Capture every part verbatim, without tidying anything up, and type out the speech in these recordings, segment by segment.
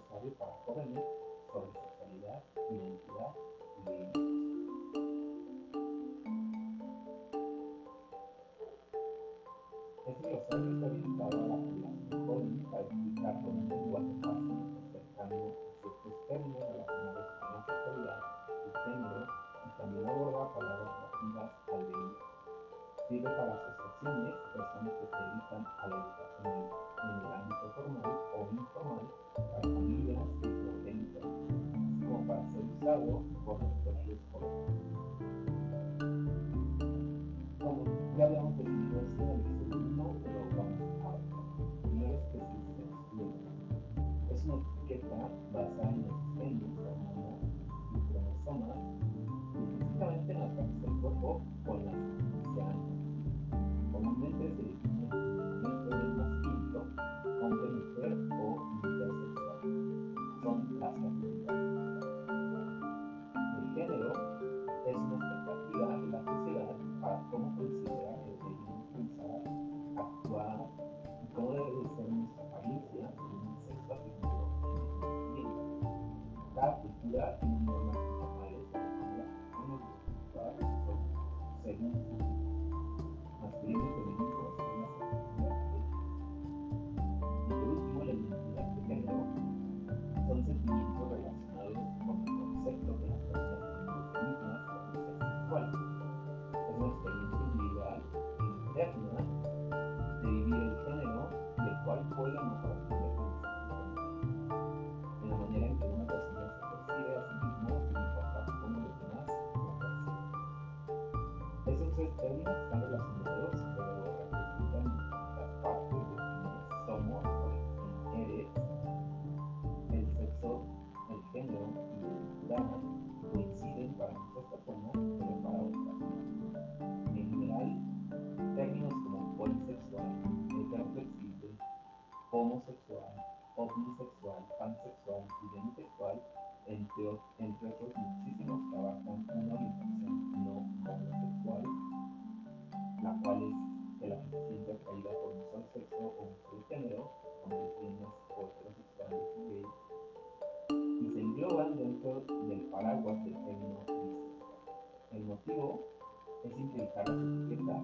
sabio para jóvenes sobre sexualidad, identidad y límites. Este glosario está orientado a la población joven para explicar con un lenguaje fácil y cercano ciertos términos relacionados con la sexualidad, el género y también aborda palabras relativas al V I H. Sirve para asociaciones, personas que se dedican a la educación en, en el ámbito formal o informal, para familias y progenitores, así como para ser usado por los propios jóvenes. Como ya habíamos definido esto en el episodio uno, pero vamos a avanzar. Primero es que es el sexo. Es una etiqueta basada en los genes, hormonas y cromosomas, y específicamente en las partes del cuerpo con las que se han comúnmente se define el género masculino, hombre, mujer o intersexual. Son las categorías. El género es una expectativa de la sociedad para cómo considera que debemos pensar, actuar y cómo debe de ser nuestra apariencia según el sexo asignado en el nacimiento. Cada cultura tiene normas informales sobre cómo las personas deben actuar según su masculino y femenino según las expectativas de ellos. Y por último, la identidad de género son sentimientos relacionados con el concepto que las personas tienen de sí mismas como ser sexuales. Es una experiencia individual e interna de vivir el género, del cual puede o no corresponder con en la manera en que una persona se percibe a sí mismo sin importar cómo los demás lo perciben. Esos tres términos están relacionados, pero representan las partes de quienes somos o de quién eres. El sexo, el género y la identidad coinciden para muchas personas, pero para otras no. En general, términos como polisexual, heteroflexible, homosexual, omnisexual, pansexual y demisexual, entre, entre otros muchísimos que abarcan una orientación no homosexual, la cual es el afición atraída por un solo sexo o un solo género, como lesbianas o heterosexuales y gays, y se engloban dentro del paraguas del término bisexual. El motivo es simplificar las etiquetas.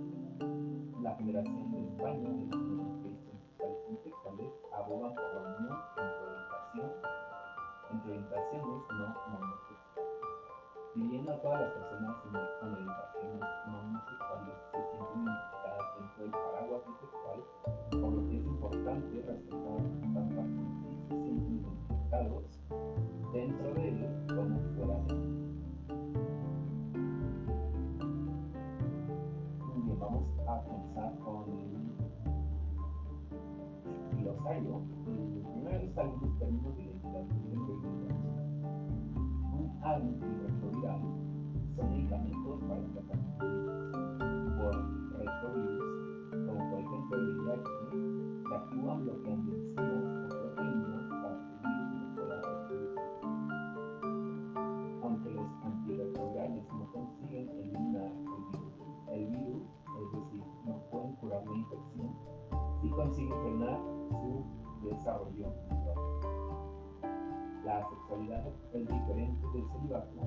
La Federación de España de Naciones Gays, Transexuales y Bisexuales abogan por la unión entre orientación, entre orientaciones no homosexuales. Si bien no todas las personas con orientaciones no homosexuales se sienten identificadas dentro del paraguas bisexual, por lo que es importante respetar tanto a quienes sí se sienten identificados dentro de él como fuera de él. Muy bien, vamos a comenzar con el glosario. Primero está algunos términos de identidad de género y identidad. Un antirretroviral son medicamentos para el tratamiento por retrovirus, como por ejemplo el V I H, que actúan bloqueando enzimas o proteínas para que el virus no pueda reproducirse. Aunque los antirretrovirales no consiguen eliminar el virus, el virus, es decir, no pueden curar la infección, sí consiguen frenar su desarrollo natural. La sexualidad es diferente del celibato,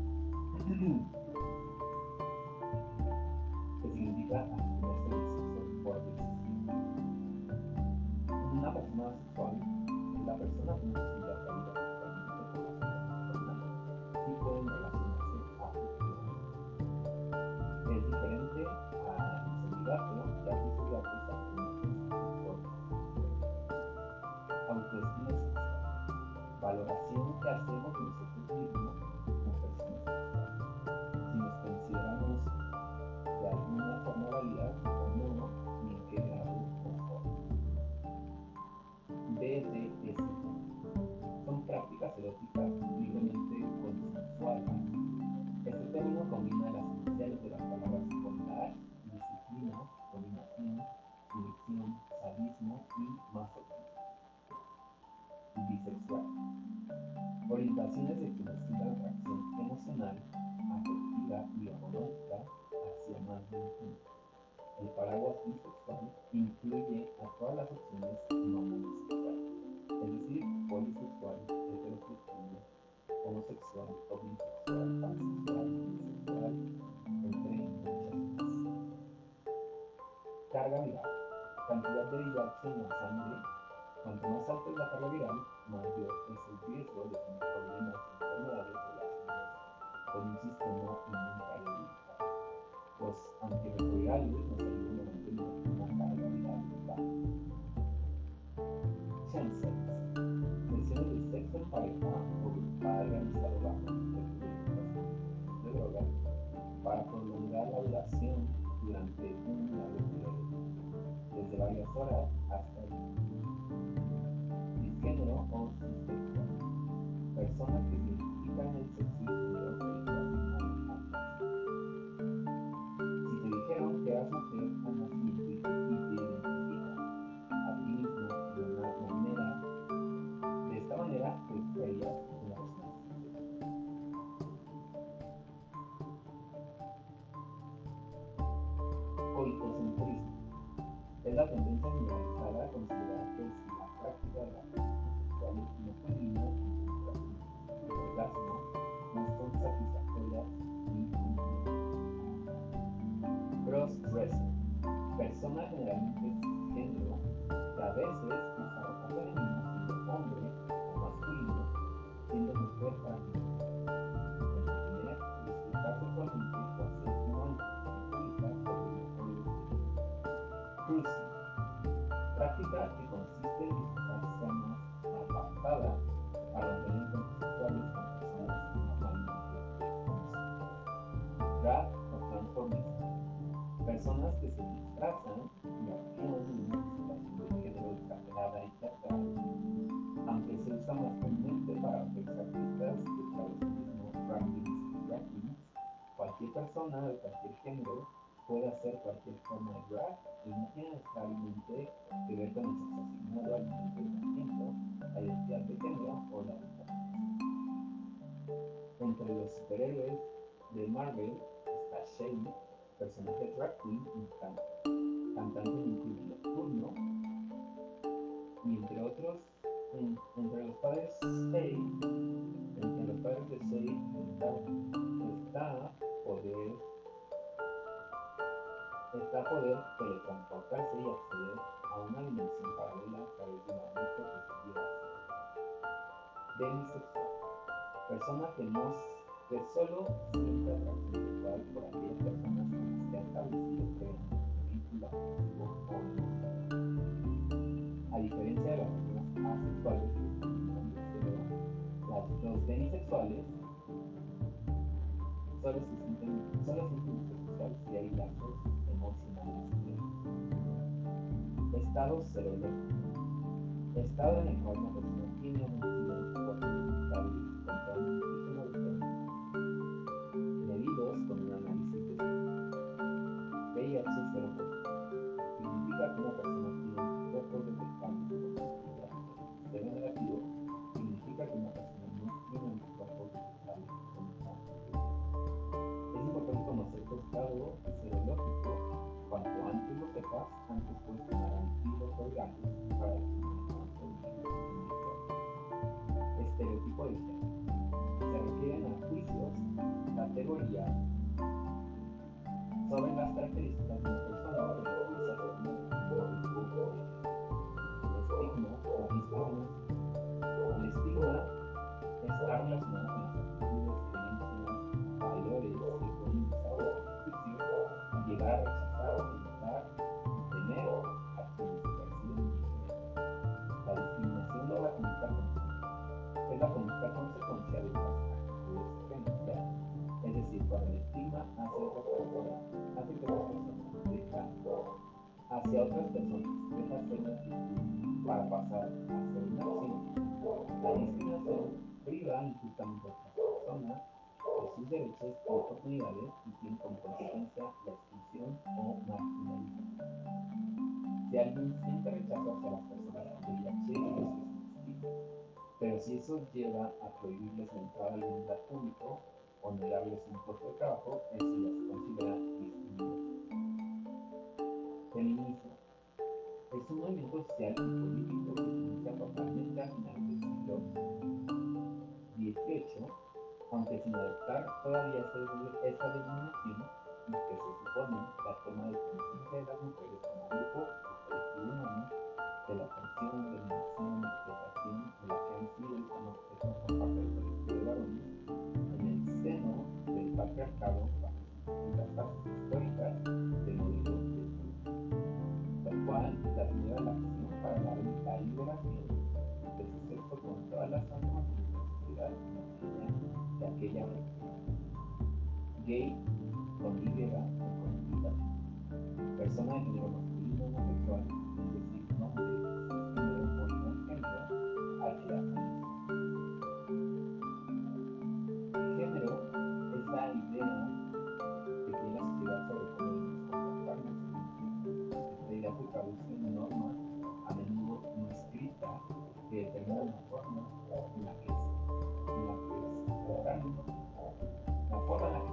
que significa abstenerse del sexo por decisión. Una persona sexual es la persona que no se siente atraída sexualmente por las otras personas y pueden relacionarse afectivamente. Es diferente al celibato, ya que el celibato es abstenerse del sexo por decisión. Autoestima sexual. Valoración que hacemos de nosotros mismos como personas sexuales. Si nos consideramos de alguna forma válidas o no, y en qué grado o forma. B D S M. Son prácticas eróticas libremente consensuadas. Este término combina las iniciales de las palabras bondad, disciplina, dominación, dirección, sadismo y masoquismo. Bisexual. Orientaciones de quienes sientan atracción emocional, afectiva y romántica hacia más de un género. El paraguas bisexual incluye a todas las opciones no homosexuales, es decir, polisexual, homosexual o bisexual, pansexual, bisexual, entre muchas más. Carga viral. Cantidad de V I H en la sangre. Cuanto más alta es la carga viral, mayor es el riesgo de tener problemas y enfermedades relacionadas con un sistema inmunitario debilitado. Los antirretrovirales nos ayudan a mantener una carga viral baja. Chemsex. Menciones del sexo en pareja o grupal realizado bajo efectos de drogas para prolongar la duración durante un largo periodo, desde varias horas hasta días. Cisgénero o cisexual. Personas que se identifican el sexo y género que identifican ambas. Si te dijeron que eras mujer al nacimiento y te identificas a ti mismo de una manera, de esta manera te estarías una persona cisexual. Coitocentrismo. Es la tendencia generalizada a considerar que si la práctica de la relación sexual no femenina en el orgasmo no son satisfactorias ni funcionales. Cross-dressing. Persona generalmente cisgénero que a veces usa ropa femenina siendo hombre o masculino siendo mujer para entretener, disfrutar sexualmente o hacer una manifestación pública sobre el mejor vestido. Cruising. Práctica que consiste en visitar zonas apartadas a romper encuentros sexuales con personas que normalmente desconocen. Drag o transformismo. Personas que se disfrazan y actúan en una situación de género exagerada y teatral, aunque se usa más comúnmente para mujeres artistas de travestismo, drag queens y drag queens. Cualquier persona de cualquier género puede hacer cualquier forma de drag y no tiene necesariamente que ver con el sexo asignado al momento del nacimiento, la identidad de género o la orientación. Entre los superhéroes de Marvel está Shane, personaje drag queen y can- cantante de un club nocturno, y entre otros, en, entre los padres Shane, entre los padres de Shane está, está poder está poder teletransportarse y acceder a una dimensión paralela a través de una mente que se lleva así. Demisexual. Persona que no que solo siente atracción sexual por aquellas personas con las que ha establecido previamente un vínculo afectivo o emocional. A diferencia de las personas asexuales que experimentan deseo, las, los demisexuales solo se sienten solo sienten deseo sexual si hay lazos emocionales entre ellos. Estado serológico. Estado en el cual una persona tiene un anticuerpos detectables contra un antígeno determinado, medidos con un análisis de V I H cero positivo. Significa que una persona tiene anticuerpos detectables contra cero negativo. Significa que una persona no tiene anticuerpos detectables contra cero. Es importante conocer tu estado serológico. Cuanto antes lo sepas, antes puedes tomar antirretrovirales para determinar cuánto virus. Estereotipo de género. Se refieren a juicios, categorías sobre las características de una persona o de organización o grupo de estigma o discriminación. El estigma está relacionado con las actitudes, creencias, valores que pueden usar a juicio y llegar a rechazar, evitar y temer a quienes se perciben diferentes. La discriminación no es la única consecuencia, es la única consecuencia de estas actitudes y creencias, es decir, cuando el estigma hacia otras personas, hace que otras personas dejan hacia otras personas, deja ser una actitud para pasar a ser una acción. La discriminación priva injustamente a otras personas de sus derechos y oportunidades y tiene como consecuencia la exclusión o marginalización. Si alguien siente rechazo hacia las personas con V I H, eso es un estigma. Pero si eso lleva a prohibirles la entrada al lugar público o negarles un puesto de trabajo, eso ya se considera discriminación. Feminismo. Es un movimiento social y político que se inicia formalmente a finales del siglo diecinueve dieciocho, aunque sin adoptar todavía esa denominación, y que se supone la toma de conciencia de las mujeres como grupo o colectivo humano, de la atención, dominación, explotación de la que han sido y son objeto por parte del colectivo de varones, en el seno del patriarcado bajo sus distintas fases históricas del modelo de mundo, lo cual las lleva a la acción para la, la liberación de su sexo con todas las transformaciones de la sociedad de aquella época. Gay con Y o con Y, persona de género masculino homosexual, es decir, nombre, género o transgénero, al que da género es la idea que tiene la sociedad sobre cómo debemos comportarnos según sus. Esta idea se traduce en normas, a menudo no escritas, que determinan la forma en la que en la que expresamos, la forma en la que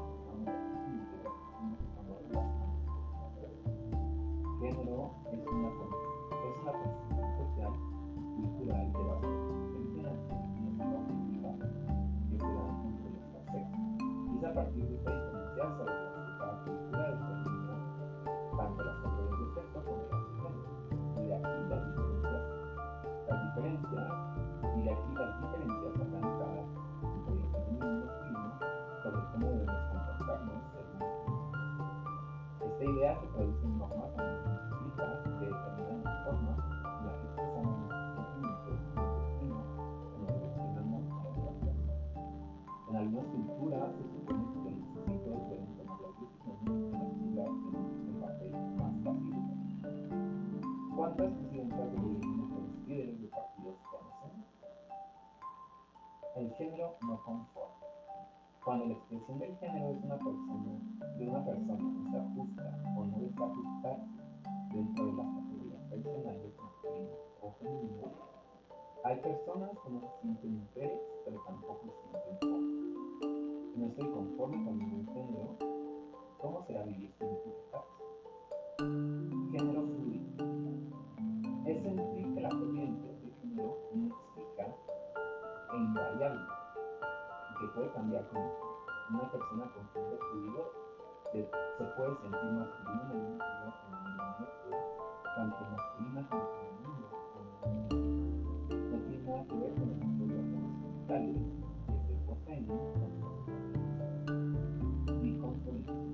género es una, es una construcción social y cultural de base intencional y normativa que se da entre los dos sexos. Y es a partir de esta diferencia sobre la que cada cultura determina tanto las categorías de sexo como las de género. Y de aquí las diferencias, las diferencias, y de aquí las diferencias organizadas entre lo femenino y masculino sobre cómo debemos comportarnos según. Esta idea se traduce en normas que determinan la forma en la que expresamos nuestros sentimientos, nuestros destinos, o nos relacionamos con otras personas. En algunas culturas se supone que los sujetos deben tomar las decisiones en la sociedad en un papel más pasivo. ¿Cuántas presidentas de gobierno o los líderes de partidos conocen? El género no conforme. Cuando la expresión del género es una persona, de una persona no se ajusta o no desea ajustarse dentro de las categorías personales masculinas o femeninas, hay personas que no se sienten mujeres, pero tampoco se sienten hombres. No estoy conforme con ningún género. ¿Cómo será vivir sin identificarse? Género fluido. Es sentir que la propia identidad de género no es fija e invariable, y que puede cambiar con una persona con género fluido. Se, se puede sentir masculina en un día, femenina en otro, tanto masculina como femenina o no. No tiene nada que ver con el tipo de órganos genitales que se poseen con biconformismo.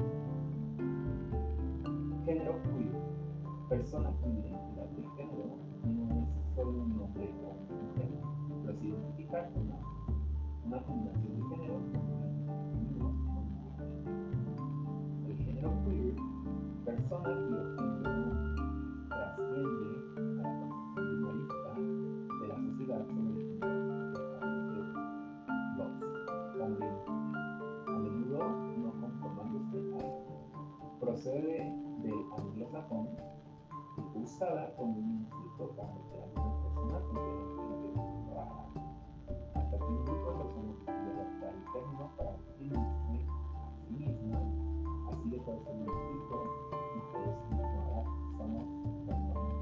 Género queer. Persona con identidad de género no es solo un nombre o una mujer, pero se identifica con una, una combinación de géneros femenino o masculino. El género queer, persona cuyo género trasciende a la concepción binaria de la sociedad sobre el género de los hombre y mujer, a menudo no conformándose a él. Procede del anglosajón y fue usada como un insulto para referir a una persona con creencias raras, hasta que un grupo de personas decidió adoptar el término para definirse a sí misma. Así de puede ser un insulto y todos ahora somos personas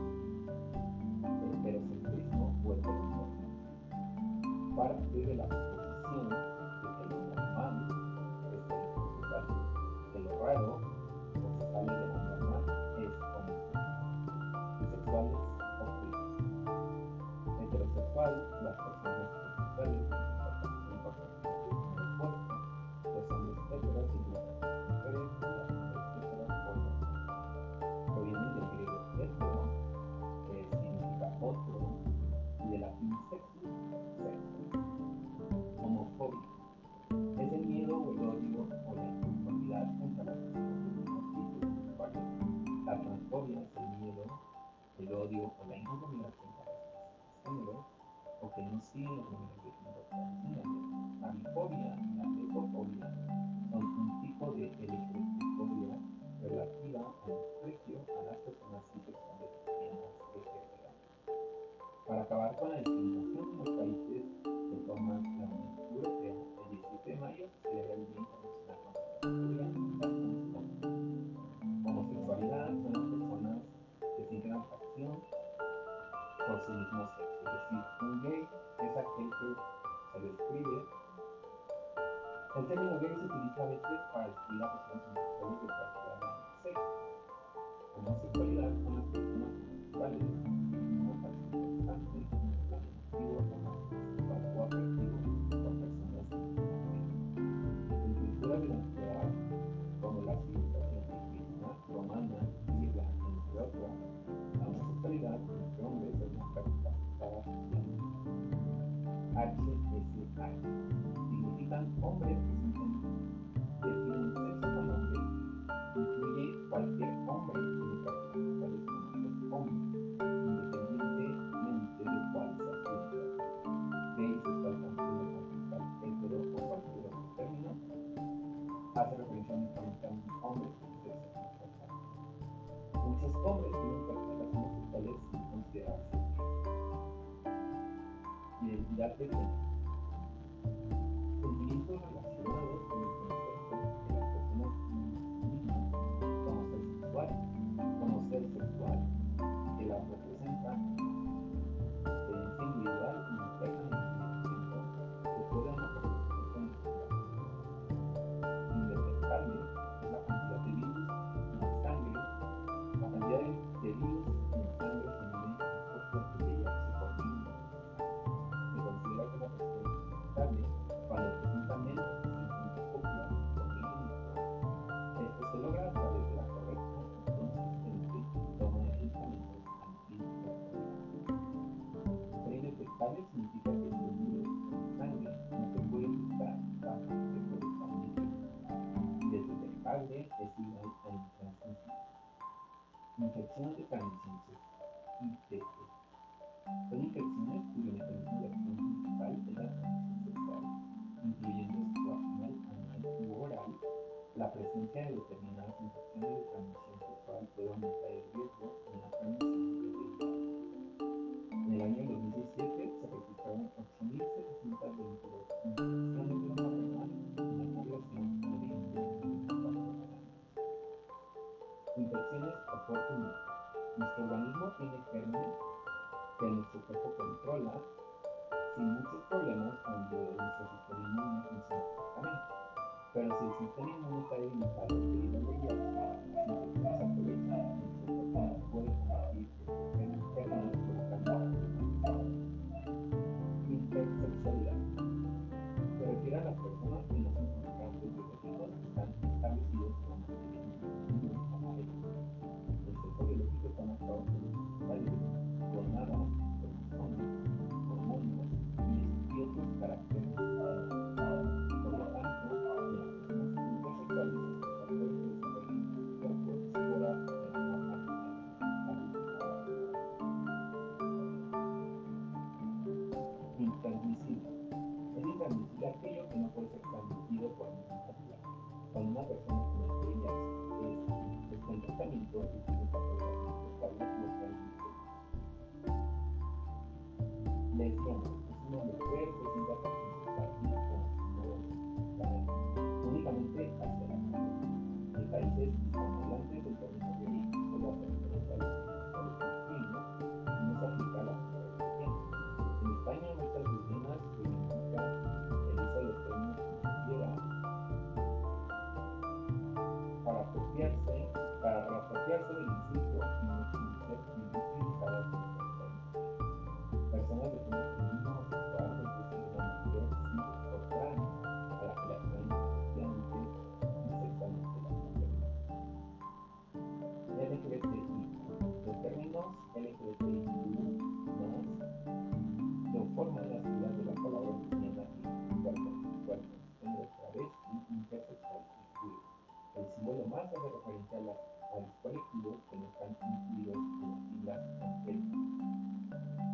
de heterocentrismo o heteronorma. Parte de la suposición de que lo normal es el heterosexual, que lo raro o se sale de la norma es homosexual, bisexuales o queer. Heterosexual, las personas homosexuales con comportamiento opuesto, los hombres heteros y las mujeres y las mujeres heteros o no. Provienen del griego hetero, que significa otro, y del latín sexus, sexo. Homofobia es el miedo o el odio o la inconformidad contra las personas del mismo tipo y sexuales. La transfobia es el miedo, el odio o la inconformidad contra las personas género o que no siguen los números de género tradicionales. La bifobia y la lepofobia son un tipo de elegofobia relativa al desprecio a las personas bisexuales, lesbianas, etcétera. Para acabar con la discriminación en los países que toman la Unión Europea, el diecisiete de mayo se celebra el Día Internacional contra la Homofobia y la Transfobia. Homosexualidad son las personas que sienten atracción por su mismo sexo, es decir, un gay es aquel que se describe El término gay se utiliza a veces para describir a personas homosexuales de cualquier sexo. Homosexualidad son las personas homosexuales que no participan en un plan emotivo, romántico, sexual o afectivo con personas gays. En culturas de la antigüedad, como la civilización egipcia, romana, griega, entre otras, la homosexualidad entre hombres es una práctica aceptada socialmente. H S H significan hombres que sienten que tienen sexo con hombres, incluye cualquier hombre que tiene prácticas sexuales con otros hombres, independientemente de cuál sea su orientación, gay, sexual, transgénero, pansexual, hetero o cualquier otro término, hace referencia únicamente a un hombre con sexo homosexual. Muchos hombres tienen prácticas homosexuales sin considerarse gays. Identidad de género. Sentimientos relacionados con el concepto de las personas mismas como ser sexual, como ser sexual, que las representan, experiencia individual y interna en el tiempo, que puede o no producirse en sociedad. Indetectable es la cantidad de virus en sangre, la cantidad de virus en sangre se mide en copias de V I H por mil. Se considera que la persona es indetectable cuando presenta menos de cincuenta copias por milímetro. Esto se logra a través de la correcta y consistente toma de medicamentos antiinflamatorios. Ser indetectable significa que si el virus en sangre no se puede detectar bajo el efecto de examen. Indetectable es igual a intransmisible. Infección de transmisión sexual, I T S. Son infecciones cuyo mecanismo de acción principal es la transmisión sexual, incluyendo vaginal, anal u oral. La presencia de determinadas infecciones de transmisión sexual puede aumentar el riesgo de una transmisión de V I H. En el año dos mil diecisiete se registraron ocho mil setecientas veintidós infecciones de la vaginal en la población de veinte a veinticuatro años. Infecciones oportunistas. Nuestro organismo tiene gérmenes que nuestro cuerpo controla sin muchos problemas cuando nuestro sistema inmune funciona correctamente. Pero si el sistema inmune está debilitado debido al V I H, las infecciones aprovechan y nuestro cuerpo puede combatir estos gérmenes provocando hipersexualidad. Se refiere a las personas que no son fabricantes biológicos que están establecidos en la materia inmune como ellos. El sexo biológico está marcado por los genitales, gonadas, cromosomas, hormonas y otros caracteres genéticos. Por lo tanto, en las personas intersexuales estos factores se desarrollan en sus cuerpos fuera de la norma genética. Intransmisible. Es intransmisible aquello que no puede ser transmitido por ningún natural. Cuando una persona tiene V I H está en tratamiento y tiene patologías estables, lo transmite. Lesbiana es una mujer que siente atracción sexual física únicamente hacia la mujer. En países hispanohablantes el término gay solo hace referencia a los homosexuales masculinos y no se aplica a las mujeres lesbianas. En España muchas lesbianas reivindican el uso de los términos que quieran para apropiarse, para reapropiarse del insulto y no sin ser identificadas como términos. Personas de género femenino homosexual, es decir, una mujer cis o trans a la que la atraen afectivamente y sexualmente las mujeres. L G B T I. Los términos L G B T I Q más conforman las siglas de la palabra lesbiana, bisexual, transexual, transgénero, travesti, intersexual y queer. El símbolo más hace referencia a, las, a los colectivos que no están incluidos en las siglas angélicas.